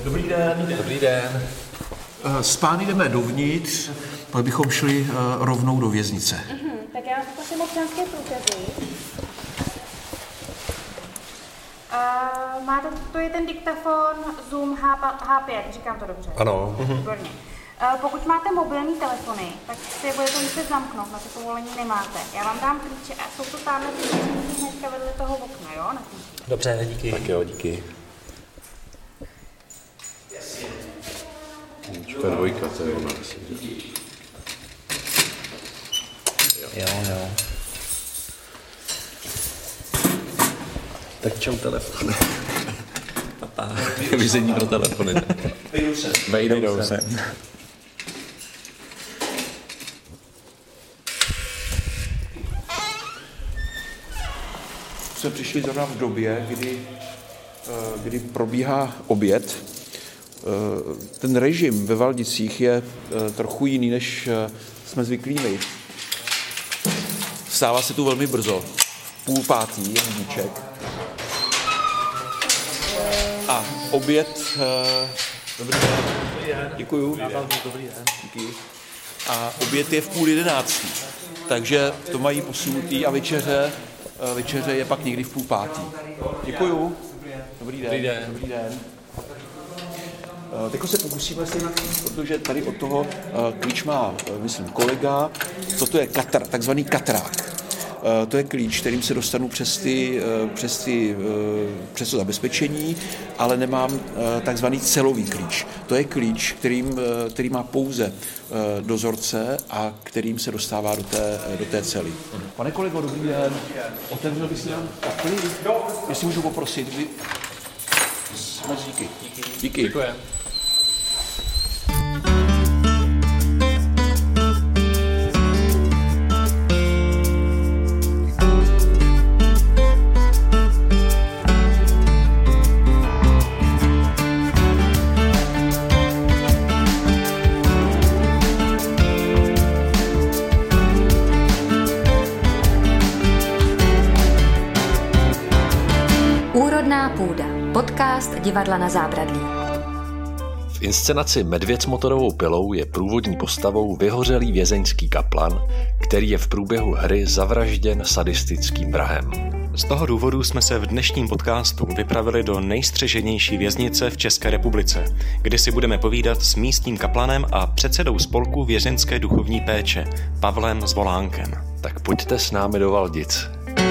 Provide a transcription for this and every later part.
Dobrý den. Dobrý den. S pány jdeme dovnitř, pak bychom šli rovnou do věznice. Tak já poprosím občanské průkazy. Máte, to je ten diktafon Zoom H5, říkám to dobře? Ano. Výborně. Pokud máte mobilní telefony, tak si je budete muset zamknout, na to povolení nemáte. Já vám dám klíče a jsou to tamhle hnedka vedle toho okna, jo? Dobře, díky. Tak jo, díky. Čka dvojka, to je ona. Jo. Tak čau telefon. Papa. Vizení pro telefony. Vejdou se. Jsme přišli zrovna v době, kdy probíhá oběd. Ten režim ve Valdicích je trochu jiný, než jsme zvyklí my. Vstává se tu velmi brzo, v 4:30 je budíček. A oběd... Dobrý den. Děkuju. Dobrý den. Díky. A oběd je v 10:30. Takže to mají posunutý a večeře je pak někdy v 4:30. Děkuju. Dobrý den. Dobrý den. Teď se pokusíme si protože tady od toho klíč má, myslím, kolega. Toto je takzvaný katrák. To je klíč, kterým se dostanu přes to zabezpečení, ale nemám takzvaný celový klíč. To je klíč, který má pouze dozorce a kterým se dostává do té cely. Pane kolego, dobrý den. Otevřel byste nám kapli? Jestli můžu poprosit. Díky. Děkuji. Úrodná půda. Podcast Divadla Na zábradlí. V inscenaci Medvěd s motorovou pilou je průvodní postavou vyhořelý vězeňský kaplan, který je v průběhu hry zavražděn sadistickým vrahem. Z toho důvodu jsme se v dnešním podcastu vypravili do nejstřeženější věznice v České republice, kde si budeme povídat s místním kaplanem a předsedou spolku vězeňské duchovní péče Pavlem Zvolánkem. Tak pojďte s námi do Valdic.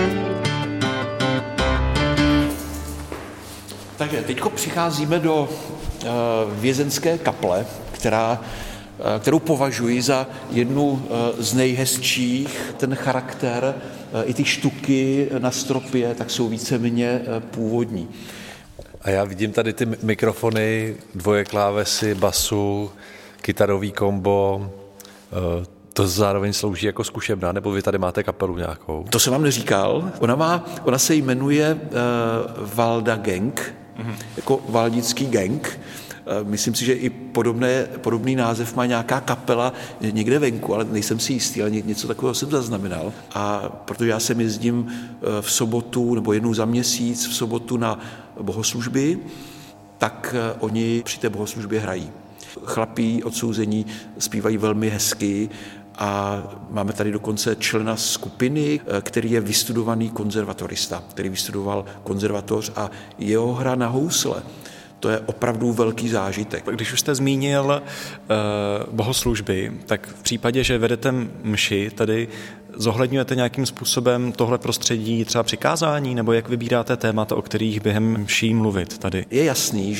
Takže teďko přicházíme do vězenské kaple, kterou považuji za jednu z nejhezčích. Ten charakter, i ty štuky na stropě, tak jsou víceméně původní. A já vidím tady ty mikrofony, dvoje klávesy, basu, kytarový kombo. To zároveň slouží jako zkušebna, nebo vy tady máte kapelu nějakou? To jsem vám neříkal. Ona se jmenuje Valda Gang, jako valdický gang. Myslím si, že i podobný název má nějaká kapela někde venku, ale nejsem si jistý, ale něco takového jsem zaznamenal. A protože já sem jezdím v sobotu, nebo jednou za měsíc v sobotu na bohoslužby, tak oni při té bohoslužbě hrají. Chlapí odsouzení zpívají velmi hezky a máme tady dokonce člena skupiny, který je vystudovaný konzervatorista, který vystudoval konzervatoř a jeho hra na housle. To je opravdu velký zážitek. Když už jste zmínil bohoslužby, tak v případě, že vedete mši, tady zohledňujete nějakým způsobem tohle prostředí třeba přikázání, nebo jak vybíráte témata, o kterých během mší mluvit tady? Je jasný,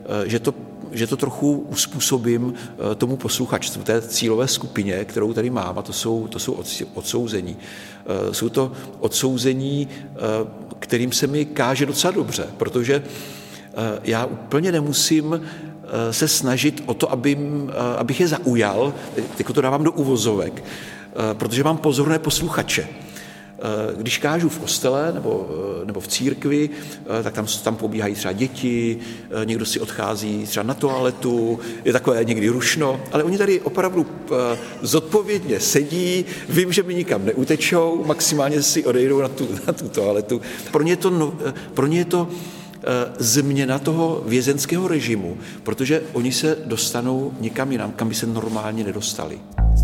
že to trochu uspůsobím tomu posluchačstvu, té cílové skupině, kterou tady mám, a to jsou odsouzení. Jsou to odsouzení, kterým se mi káže docela dobře, protože já úplně nemusím se snažit o to, abych je zaujal, teď to dávám do uvozovek, protože mám pozorné posluchače. Když kážu v kostele nebo v církvi, tak tam pobíhají třeba děti, někdo si odchází třeba na toaletu, je takové někdy rušno, ale oni tady opravdu zodpovědně sedí, vím, že mi nikam neutečou, maximálně si odejdou na tu toaletu. Pro ně je to změna toho vězenského režimu, protože oni se dostanou někam jinam, kam by se normálně nedostali.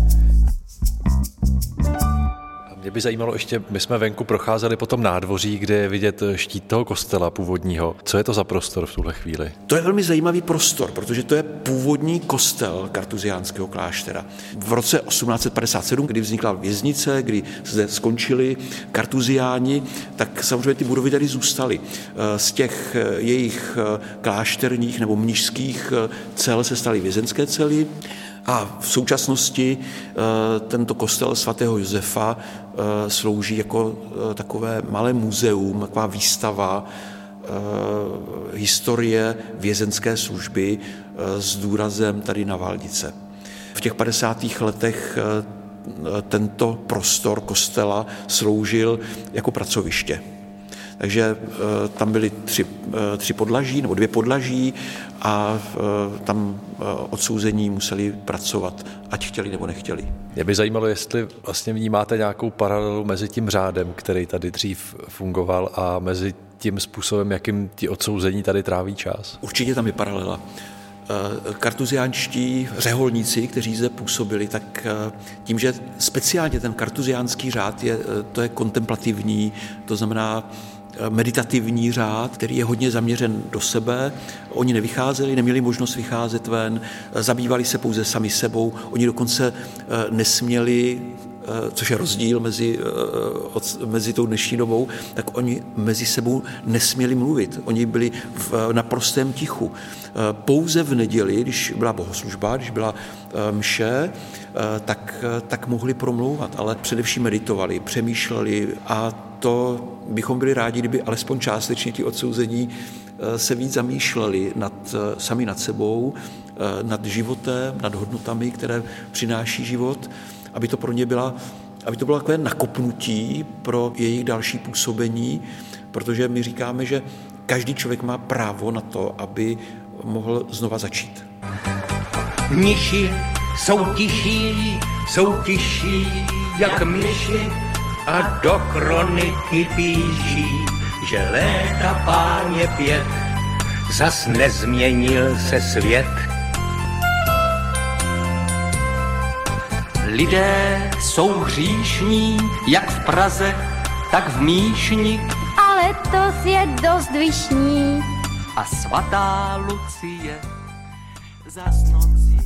Mě by zajímalo ještě, my jsme venku procházeli po tom nádvoří, kde je vidět štít toho kostela původního. Co je to za prostor v tuhle chvíli? To je velmi zajímavý prostor, protože to je původní kostel kartuziánského kláštera. V roce 1857, kdy vznikla věznice, kdy zde skončili kartuziáni, tak samozřejmě ty budovy tady zůstaly. Z těch jejich klášterních nebo mnišských cel se staly vězenské cely. A v současnosti tento kostel svatého Josefa slouží jako takové malé muzeum, taková výstava historie vězenské služby s důrazem tady na Valdice. V těch 50. letech tento prostor kostela sloužil jako pracoviště. Takže tam byly tři podlaží nebo 2 podlaží a tam odsouzení museli pracovat, ať chtěli nebo nechtěli. Mě by zajímalo, jestli vlastně vnímáte nějakou paralelu mezi tím řádem, který tady dřív fungoval, a mezi tím způsobem, jakým ti odsouzení tady tráví čas. Určitě tam je paralela. Kartuziánští řeholníci, kteří zde působili, tak tím, že speciálně ten kartuziánský řád je kontemplativní, to znamená meditativní řád, který je hodně zaměřen do sebe. Oni nevycházeli, neměli možnost vycházet ven, zabývali se pouze sami sebou, oni dokonce nesměli, což je rozdíl mezi tou dnešní dobou, tak oni mezi sebou nesměli mluvit. Oni byli v naprostém tichu. Pouze v neděli, když byla bohoslužba, když byla mše, tak mohli promlouvat, ale především meditovali, přemýšleli, a to bychom byli rádi, kdyby alespoň částečně ti odsouzení se víc zamýšleli sami nad sebou, nad životem, nad hodnotami, které přináší život, aby to bylo takové nakopnutí pro jejich další působení, protože my říkáme, že každý člověk má právo na to, aby mohl znova začít. Mniši jsou tiší jak myši a do kroniky píší, že léta Páně 5, zas nezměnil se svět. Lidé jsou hříšní, jak v Praze, tak v Míšni, ale to je dost vyšní. A svatá Lucie zas noci.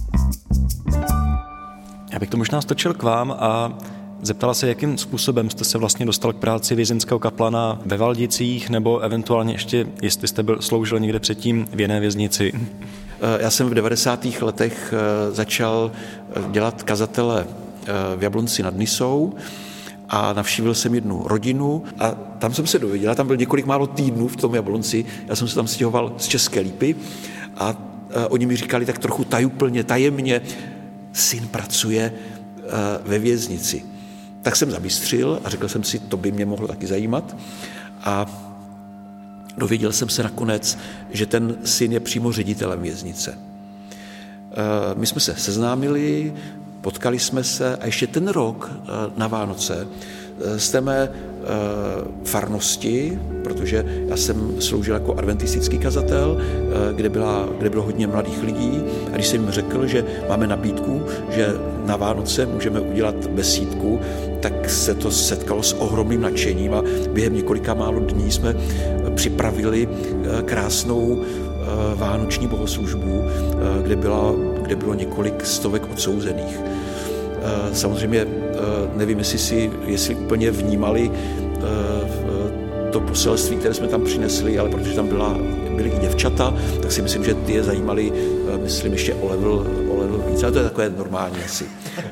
Já bych to možná stočil k vám a zeptala se, jakým způsobem jste se vlastně dostal k práci vězeňského kaplana ve Valdicích, nebo eventuálně ještě, jestli jste sloužil někde předtím v jiné věznici. Já jsem v 90. letech začal dělat kazatele v Jablonci nad Nisou a navštívil jsem jednu rodinu a tam jsem se dověděl, tam byl několik málo týdnů v tom Jablonci, já jsem se tam stěhoval z České Lípy a oni mi říkali tak trochu tajemně, syn pracuje ve věznici. Tak jsem zabystřil a řekl jsem si, to by mě mohlo taky zajímat, a dověděl jsem se nakonec, že ten syn je přímo ředitelem věznice. My jsme se seznámili, potkali jsme se a ještě ten rok na Vánoce z té mé farnosti, protože já jsem sloužil jako adventistický kazatel, kde bylo hodně mladých lidí, a když jsem jim řekl, že máme nabídku, že na Vánoce můžeme udělat besídku, tak se to setkalo s ohromným nadšením a během několika málo dní jsme připravili krásnou vánoční bohoslužbu, kde bylo několik stovek odsouzených. Samozřejmě nevím, jestli úplně vnímali to poselství, které jsme tam přinesli, ale protože tam byly i děvčata, tak si myslím, že ty je zajímali, myslím, ještě o level víc, ale to je takové normální asi.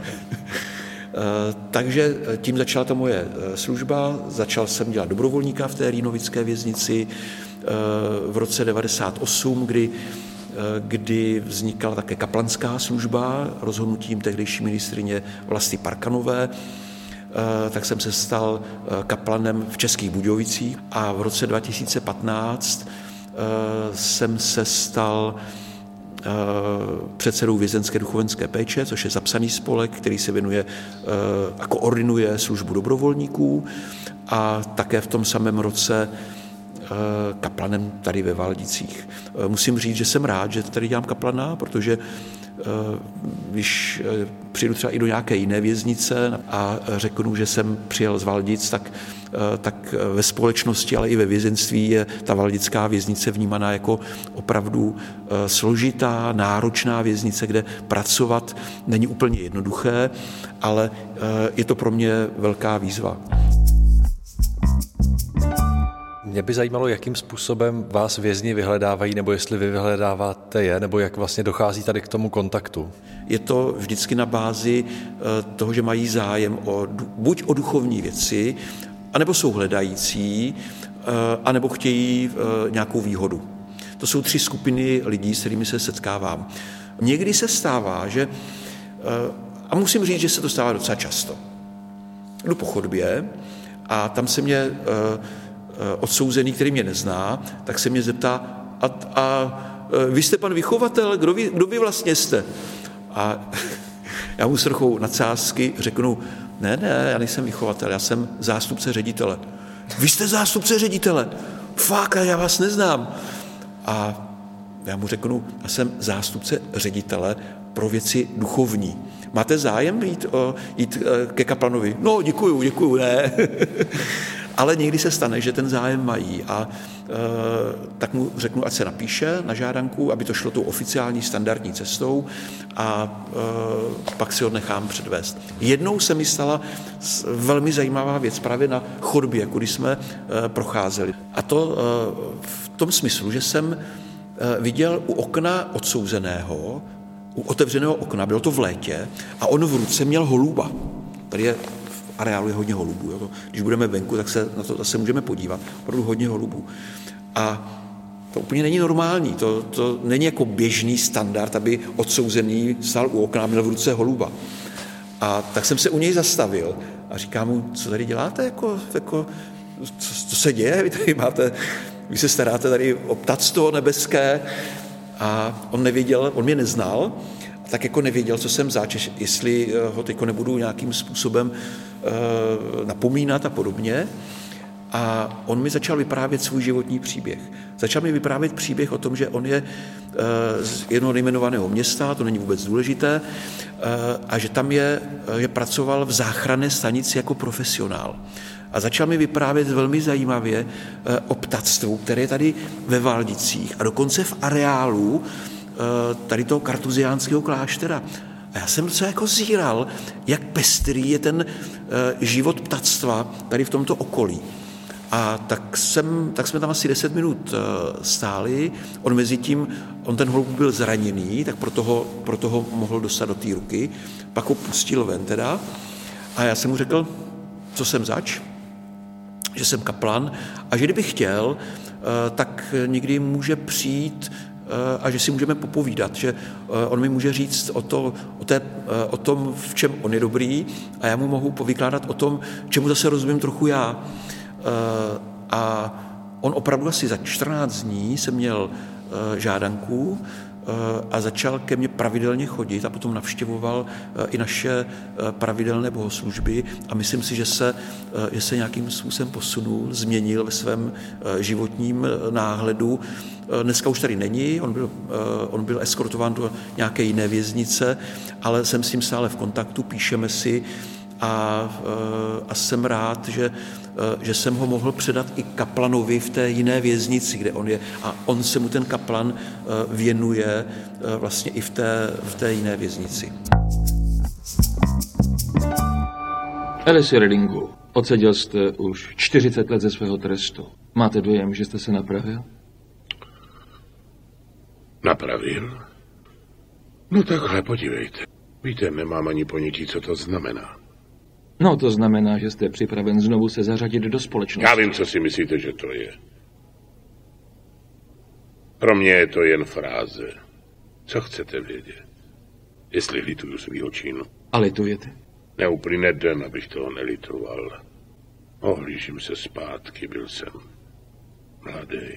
Takže tím začala ta moje služba, začal jsem dělat dobrovolníka v té rýnovické věznici v roce 98, kdy vznikala také kaplanská služba rozhodnutím tehdejší ministryně Vlasty Parkanové, tak jsem se stal kaplanem v Českých Budějovicích a v roce 2015 jsem se stal předsedou vězenské duchovenské péče, což je zapsaný spolek, který se věnuje a koordinuje službu dobrovolníků, a také v tom samém roce kaplanem tady ve Valdicích. Musím říct, že jsem rád, že tady dělám kaplana, protože když přijdu třeba i do nějaké jiné věznice a řeknu, že jsem přijel z Valdic, tak ve společnosti, ale i ve vězenství je ta valdická věznice vnímaná jako opravdu složitá, náročná věznice, kde pracovat není úplně jednoduché, ale je to pro mě velká výzva. Mě by zajímalo, jakým způsobem vás vězni vyhledávají, nebo jestli vy vyhledáváte je, nebo jak vlastně dochází tady k tomu kontaktu. Je to vždycky na bázi toho, že mají zájem buď o duchovní věci, anebo jsou hledající, anebo chtějí nějakou výhodu. To jsou 3 skupiny lidí, s kterými se setkávám. Někdy se stává, že, a musím říct, že se to stává docela často. Jdu po chodbě a tam se mě odsouzený, který mě nezná, tak se mě zeptá, a vy jste pan vychovatel, kdo vy vlastně jste? A já mu s trochou nadsázky řeknu, ne, já nejsem vychovatel, já jsem zástupce ředitele. Vy jste zástupce ředitele? Fakt, já vás neznám. A já mu řeknu, já jsem zástupce ředitele pro věci duchovní. Máte zájem jít ke kaplanovi? No, děkuju, ne. Ale někdy se stane, že ten zájem mají a tak mu řeknu, ať se napíše na žádanku, aby to šlo tou oficiální standardní cestou a pak si ho nechám předvést. Jednou se mi stala velmi zajímavá věc právě na chodbě, když jsme procházeli. A to v tom smyslu, že jsem viděl u okna odsouzeného, u otevřeného okna, bylo to v létě, a on v ruce měl holuba. Tady je areálu je hodně holubů. Jo. Když budeme venku, tak se na to zase můžeme podívat. Opravdu hodně holubů. A to úplně není normální. To není jako běžný standard, aby odsouzený stál u okna a měl v ruce holuba. A tak jsem se u něj zastavil a říkám mu, co tady děláte? Co se děje? Vy se staráte tady o ptactvo nebeské. A on nevěděl, on mě neznal, tak jako nevěděl, co jsem zač, jestli ho teď nebudu nějakým způsobem napomínat a podobně. A on mi začal vyprávět svůj životní příběh. Začal mi vyprávět příběh o tom, že on je z jednoho nejmenovaného města, to není vůbec důležité, a že tam že pracoval v záchranné stanici jako profesionál. A začal mi vyprávět velmi zajímavě o ptactvu, které je tady ve Valdicích a dokonce v areálu tady toho kartuziánského kláštera. A já jsem docela jako zíral, jak pestrý je ten život ptactva tady v tomto okolí. A tak jsme tam asi 10 minut stáli. On ten holub byl zraněný, tak proto ho mohl dostat do té ruky. Pak ho pustil ven teda. A já jsem mu řekl, co jsem zač, že jsem kaplan a že kdyby chtěl, tak někdy může přijít a že si můžeme popovídat, že on mi může říct o tom, v čem on je dobrý a já mu mohu povykládat o tom, čemu zase rozumím trochu já. A on opravdu asi za 14 dní jsem měl žádanku a začal ke mně pravidelně chodit a potom navštěvoval i naše pravidelné bohoslužby a myslím si, že se nějakým způsobem posunul, změnil ve svém životním náhledu. Dneska už tady není, on byl eskortován do nějaké jiné věznice, ale jsem s ním stále v kontaktu, píšeme si a jsem rád, že jsem ho mohl předat i kaplanovi v té jiné věznici, kde on je. A on se mu ten kaplan věnuje vlastně i v té jiné věznici. Alesi Redingu, odseděl jste už 40 let ze svého trestu. Máte dojem, že jste se napravil? Napravil? No takhle, podívejte. Víte, nemám ani ponětí, co to znamená. No, to znamená, že jste připraven znovu se zařadit do společnosti. Já vím, co si myslíte, že to je. Pro mě je to jen fráze. Co chcete vědět? Jestli lituju svýho činu. A litujete? Neuplyne den, abych toho nelitoval. Ohlížím se zpátky, byl jsem mladý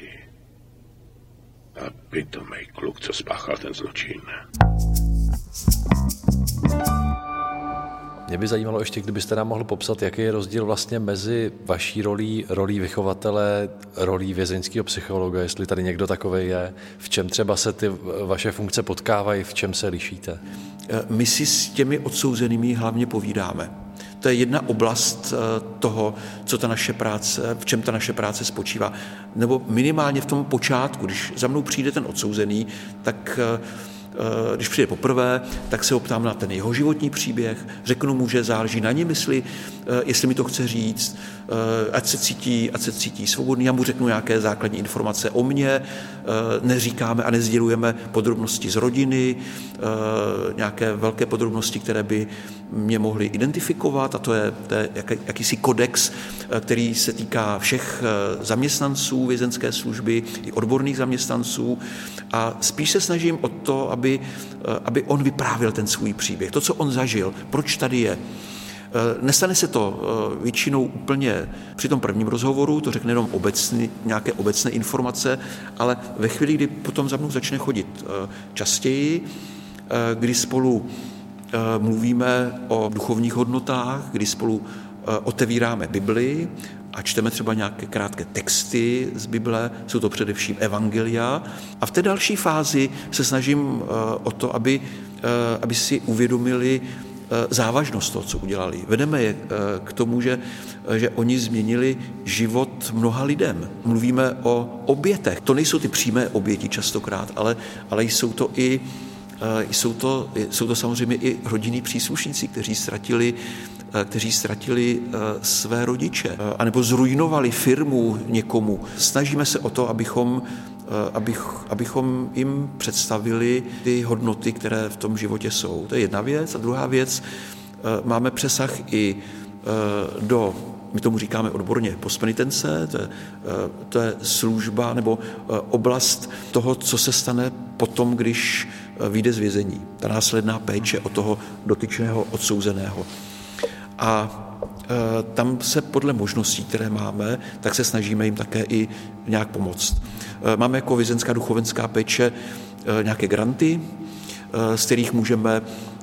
a pitomej kluk, co spáchal ten zločin. Mě by zajímalo ještě, kdybyste nám mohl popsat, jaký je rozdíl vlastně mezi vaší rolí vychovatele, rolí vězeňského psychologa, jestli tady někdo takovej je, v čem třeba se ty vaše funkce potkávají, v čem se lišíte? My si s těmi odsouzenými hlavně povídáme. To je jedna oblast toho, co ta naše práce, v čem ta naše práce spočívá. Nebo minimálně v tom počátku, když za mnou přijde ten odsouzený, tak když přijde poprvé, tak se ho ptám na ten jeho životní příběh, řeknu mu, že záleží na něm, jestli mi to chce říct, ať se cítí svobodný. Já mu řeknu nějaké základní informace o mně, neříkáme a nezdělujeme podrobnosti z rodiny, nějaké velké podrobnosti, které by mě mohly identifikovat, a to je jakýsi kodex, který se týká všech zaměstnanců vězeňské služby i odborných zaměstnanců, a spíš se snažím o to, aby on vyprávěl ten svůj příběh, to, co on zažil, proč tady je. Nestane se to většinou úplně při tom prvním rozhovoru, to řekne jenom nějaké obecné informace, ale ve chvíli, kdy potom za mnou začne chodit častěji, kdy spolu mluvíme o duchovních hodnotách, kdy spolu otevíráme Bibli a čteme třeba nějaké krátké texty z Bible, jsou to především evangelia. A v té další fázi se snažím o to, aby si uvědomili závažnost toho, co udělali. Vedeme je k tomu, že oni změnili život mnoha lidem. Mluvíme o obětech. To nejsou ty přímé oběti častokrát, ale jsou to samozřejmě i rodinní příslušníci, kteří ztratili své rodiče, anebo zrujnovali firmu někomu. Snažíme se o to, abychom jim představili ty hodnoty, které v tom životě jsou. To je jedna věc. A druhá věc, máme přesah i my tomu říkáme odborně postpenitence, to je služba nebo oblast toho, co se stane potom, když vyjde z vězení. Ta následná péče o toho dotyčného odsouzeného. A tam se podle možností, které máme, tak se snažíme jim také i nějak pomoct. Máme jako vězeňská duchovenská péče nějaké granty, z kterých můžeme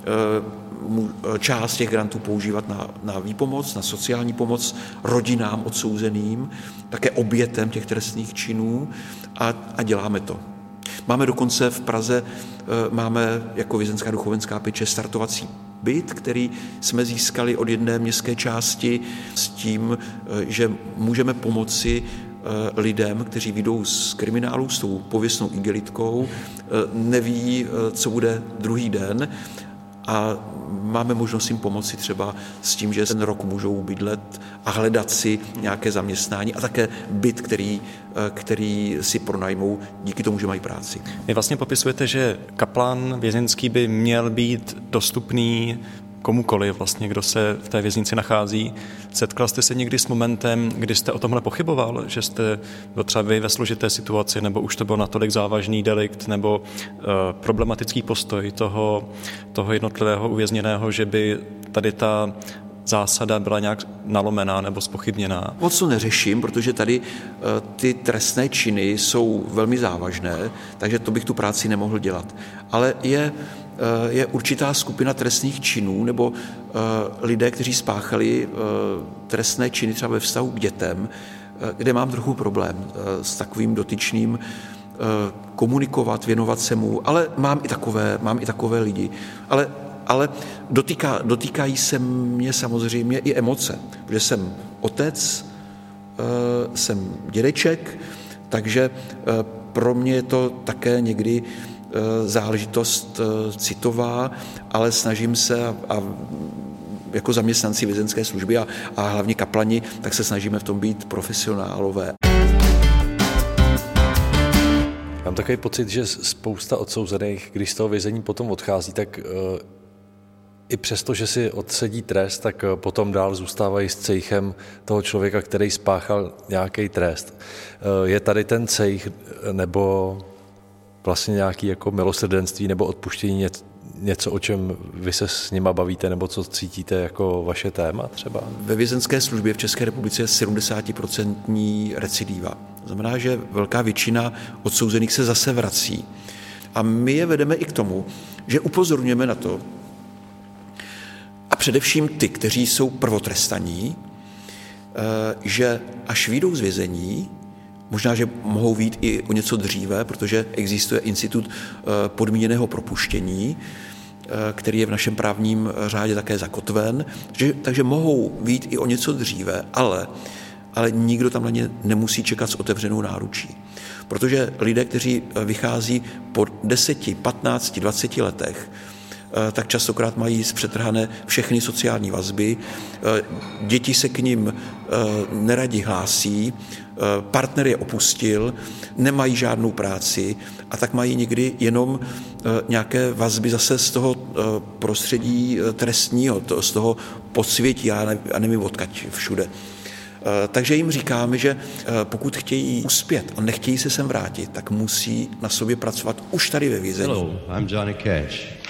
část těch grantů používat na výpomoc, na sociální pomoc rodinám odsouzeným, také obětem těch trestných činů, a děláme to. Máme dokonce v Praze, máme jako vězeňská duchovenská péče startovací byt, který jsme získali od jedné městské části s tím, že můžeme pomoci lidem, kteří vyjdou z kriminálu s tou pověstnou igelitkou, neví, co bude druhý den, a máme možnost jim pomoci třeba s tím, že ten rok můžou bydlet a hledat si nějaké zaměstnání a také byt, který si pronajmou díky tomu, že mají práci. Vy vlastně popisujete, že kaplán vězeňský by měl být dostupný komukoliv, vlastně, kdo se v té věznici nachází. Setkal jste se někdy s momentem, kdy jste o tomhle pochyboval, že jste byl třeba vy ve složité situaci, nebo už to byl natolik závažný delikt, nebo problematický postoj toho jednotlivého uvězněného, že by tady ta zásada byla nějak nalomená nebo zpochybněná? Moc to neřeším, protože tady ty trestné činy jsou velmi závažné, takže to bych tu práci nemohl dělat. Ale je určitá skupina trestných činů nebo lidé, kteří spáchali trestné činy třeba ve vztahu k dětem, kde mám trochu problém s takovým dotyčným komunikovat, věnovat se mu, ale mám i takové lidi. Ale dotýkají se mě samozřejmě i emoce, protože jsem otec, jsem dědeček, takže pro mě je to také někdy záležitost citová, ale snažím se a jako zaměstnanci vězeňské služby a hlavně kaplani, tak se snažíme v tom být profesionálové. Mám takový pocit, že spousta odsouzených, když z toho vězení potom odchází, tak i přesto, že si odsedí trest, tak potom dál zůstávají s cejchem toho člověka, který spáchal nějaký trest. Je tady ten cejch nebo vlastně nějaký jako milosrdenství nebo odpuštění něco, o čem vy se s nima bavíte nebo co cítíte jako vaše téma třeba? Ve vězeňské službě v České republice je 70% recidiva. To znamená, že velká většina odsouzených se zase vrací. A my je vedeme i k tomu, že upozorňujeme na to, a především ty, kteří jsou prvotrestaní, že až vyjdou z vězení, možná, že mohou vyjít i o něco dříve, protože existuje institut podmíněného propuštění, který je v našem právním řádě také zakotven, takže mohou vyjít i o něco dříve, ale nikdo tam na ně nemusí čekat s otevřenou náručí. Protože lidé, kteří vychází po 10, 15, 20 letech, tak častokrát mají zpřetrhané všechny sociální vazby, děti se k nim neradi hlásí, partner je opustil, nemají žádnou práci a tak mají někdy jenom nějaké vazby zase z toho prostředí trestního, z toho podsvětí a nevím odkud všude. Takže jim říkáme, že pokud chtějí uspět a nechtějí se sem vrátit, tak musí na sobě pracovat už tady ve vězení. Hello, I'm Johnny Cash.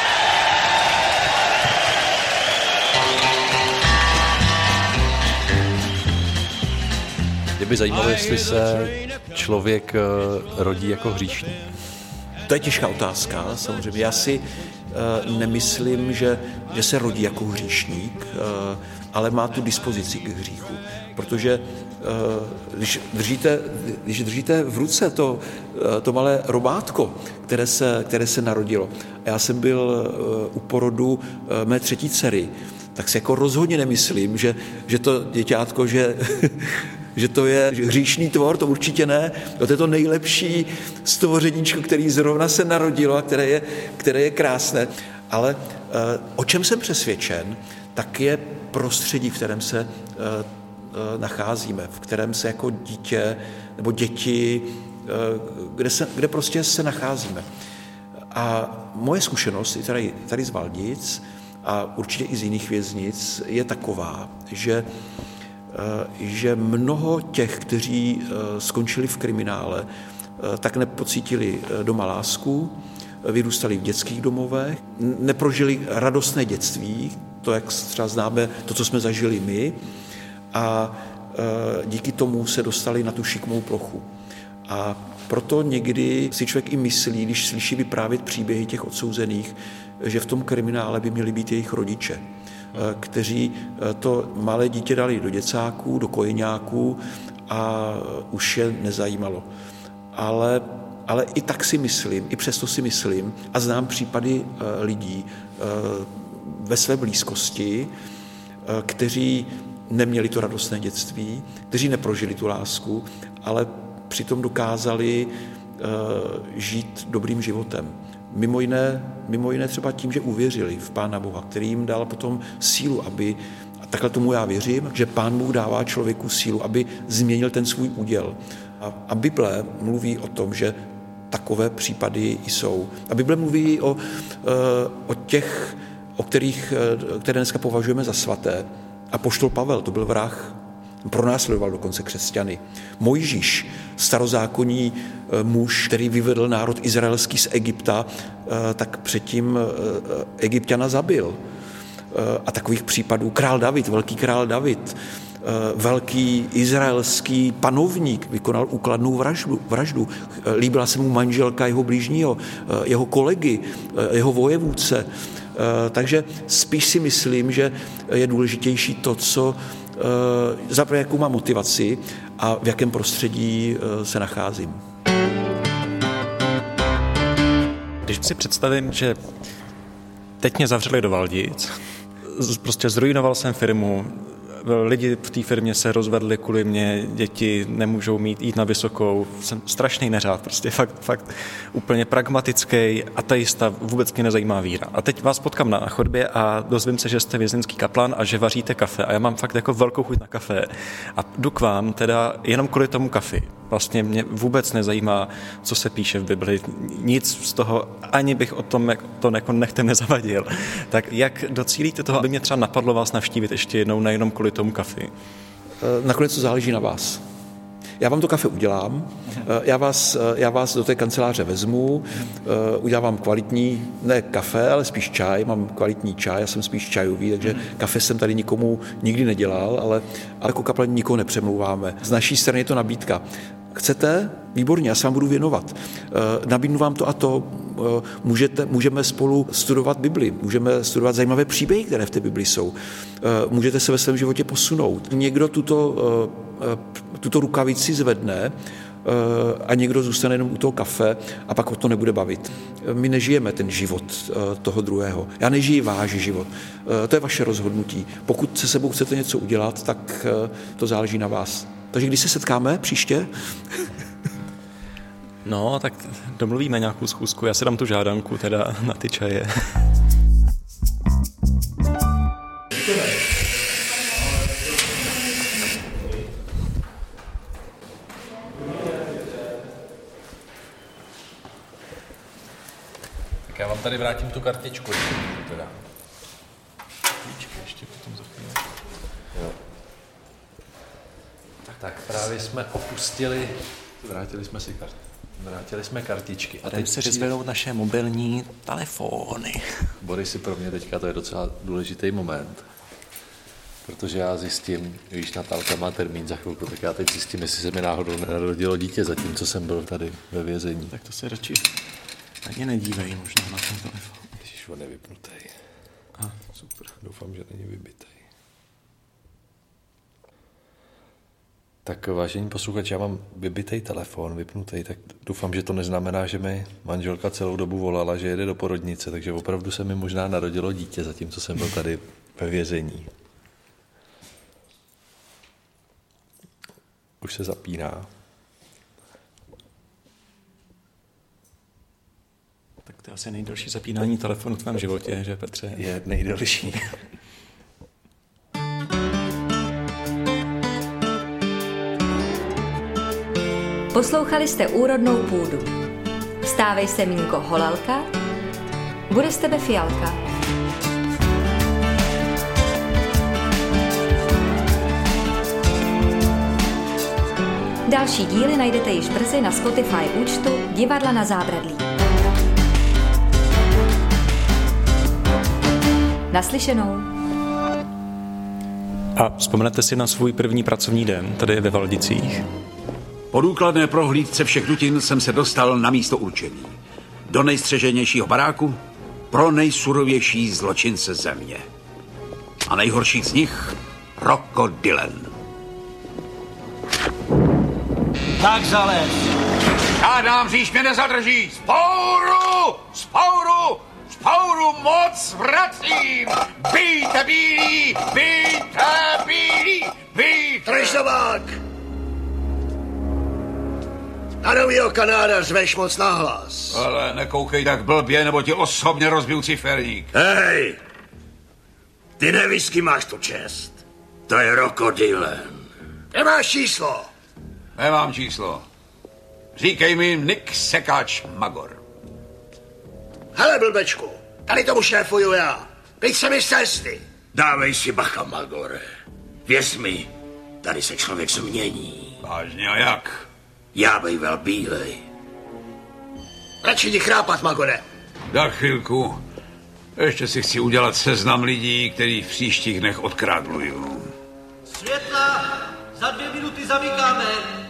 Mě by zajímalo, jestli se člověk rodí jako hříšník. To je těžká otázka, samozřejmě. Já si nemyslím, že se rodí jako hříšník, ale má tu dispozici k hříchu. Protože když držíte v ruce to malé robátko, které se narodilo, a já jsem byl u porodu mé 3. dcery, tak si jako rozhodně nemyslím, že to děťátko, že to je hříšný tvor, to určitě ne. To je to nejlepší stvořeníčko, který zrovna se narodilo a které je krásné. Ale o čem jsem přesvědčen, tak je prostředí, v kterém se nacházíme, v kterém se jako dítě nebo děti, kde prostě se nacházíme. A moje zkušenost tady z Valdic a určitě i z jiných věznic je taková, že mnoho těch, kteří skončili v kriminále, tak nepocítili doma lásku, vyrůstali v dětských domovech, neprožili radostné dětství, to, jak třeba známe, to, co jsme zažili my, a díky tomu se dostali na tu šikmou plochu. A proto někdy si člověk i myslí, když slyší vyprávět příběhy těch odsouzených, že v tom kriminále by měli být jejich rodiče, kteří to malé dítě dali do děcáků, do kojeňáků a už je nezajímalo. Ale i tak si myslím, i přesto si myslím, a znám případy lidí ve své blízkosti, kteří neměli to radostné dětství, kteří neprožili tu lásku, ale přitom dokázali žít dobrým životem. Mimo jiné třeba tím, že uvěřili v Pána Boha, který jim dal potom sílu, a takhle tomu já věřím, že Pán Bůh dává člověku sílu, aby změnil ten svůj úděl. A Bible mluví o tom, že takové případy jsou. A Bible mluví o těch, které dneska považujeme za svaté. Apoštol Pavel, to byl vrah, pronásledoval dokonce křesťany. Mojžíš, starozákonní muž, který vyvedl národ izraelský z Egypta, tak předtím Egypťana zabil. A takových případů král David, velký král David, velký izraelský panovník, vykonal úkladnou vraždu. Líbila se mu manželka jeho blížního, jeho kolegy, jeho vojevůdce. Takže spíš si myslím, že je důležitější to, co zaprvé jakou mám motivaci a v jakém prostředí se nacházím. Když si představím, že teď mě zavřeli do Valdic, prostě zrujnoval jsem firmu, lidi v té firmě se rozvedli kvůli mě, děti nemůžou jít na vysokou, jsem strašný neřád, prostě fakt úplně pragmatický ateista, vůbec mě nezajímá víra. A teď vás potkám na chodbě a dozvím se, že jste vězeňský kaplan a že vaříte kafe a já mám fakt jako velkou chuť na kafe a jdu k vám teda jenom kvůli tomu kafi. Vlastně mě vůbec nezajímá, co se píše v Bibli, nic z toho, ani bych o tom to jako nechtem nezavadil. Tak jak docílíte toho, aby mě třeba napadlo vás navštívit ještě jednou, nejenom kvůli tomu kafi? Nakonec to záleží na vás. Já vám to kafe udělám, já vás do té kanceláře vezmu, udělám kvalitní, ne kafe, ale spíš čaj, mám kvalitní čaj, já jsem spíš čajový, takže kafe jsem tady nikomu nikdy nedělal, ale jako kaplani nikoho nepřemlouváme. Z naší strany je to nabídka. Chcete? Výborně, já se vám budu věnovat. Nabídnu vám to a to, můžeme spolu studovat Bibli, můžeme studovat zajímavé příběhy, které v té Bibli jsou. Můžete se ve svém životě posunout. Někdo tuto rukavici zvedne a někdo zůstane jenom u toho kafe a pak o to nebude bavit. My nežijeme ten život toho druhého. Já nežiji váš život. To je vaše rozhodnutí. Pokud se sebou chcete něco udělat, tak to záleží na vás. Takže když se setkáme příště? No, tak domluvíme nějakou schůzku. Já si dám tu žádanku teda na ty čaje. Tak já vám tady vrátím tu kartičku. Teda. Ještě potom za chvíli. Jo. Tak právě jsme opustili, vrátili jsme kartičky. A teď se vyzvedou naše mobilní telefony. Borisy, pro mě teďka to je docela důležitý moment, protože já zjistím, když Natálka má termín za chvilku, tak já teď zjistím, jestli se mi náhodou nenarodilo dítě, zatímco jsem byl tady ve vězení. Tak to se radši ani nedívej možná na ten telefon. Ježiš, on je vypnutej. Super. Doufám, že není vybitej. Tak vážení posluchači, já mám vybitej telefon, vypnutej, tak doufám, že to neznamená, že mi manželka celou dobu volala, že jede do porodnice, takže opravdu se mi možná narodilo dítě, zatímco jsem byl tady ve vězení. Už se zapíná. Tak to je asi nejdelší zapínání telefonu v tvém životě, že Petře? Je nejdelší. Poslouchali jste Úrodnou půdu. Vstávej se, Mínko, Holalka, bude z tebe fialka. Další díly najdete již brzy na Spotify účtu Divadla na zábradlí. Naslyšenou. A vzpomenete si na svůj první pracovní den tady ve Valdicích? Po důkladné prohlídce všech dutin jsem se dostal na místo určení. Do nejstřeženějšího baráku pro nejsurovější zločince země. A nejhorší z nich Rocco Dillon. Tak zalez. Žádám, říš mě nezadrží. Spouru! Spouru! Spouru moc vracím! Bijte bílí! Bijte bílí! Bijte! Trešovák! Na novýho Kanáda řveš moc nahlas. Ale nekoukej tak blbě, nebo ti osobně rozbiju ciferník. Hej! Ty nevíš, s kým máš tu čest. To je Rocco Dillon. Nemáš číslo? Nemám číslo. Říkej mi Nick Sekač Magor. Hele, blbečku, tady tomu šéfuju já. Teď se mi z cesty. Dávej si bacha, Magore. Věř mi, tady se člověk změní. Vážně a jak? Já bejval bílej. Radši ti chrápat, Magore. Za chvilku. Ještě si chci udělat seznam lidí, který v příštích dnech odkrádluju. Světla, za 2 minuty zamykáme.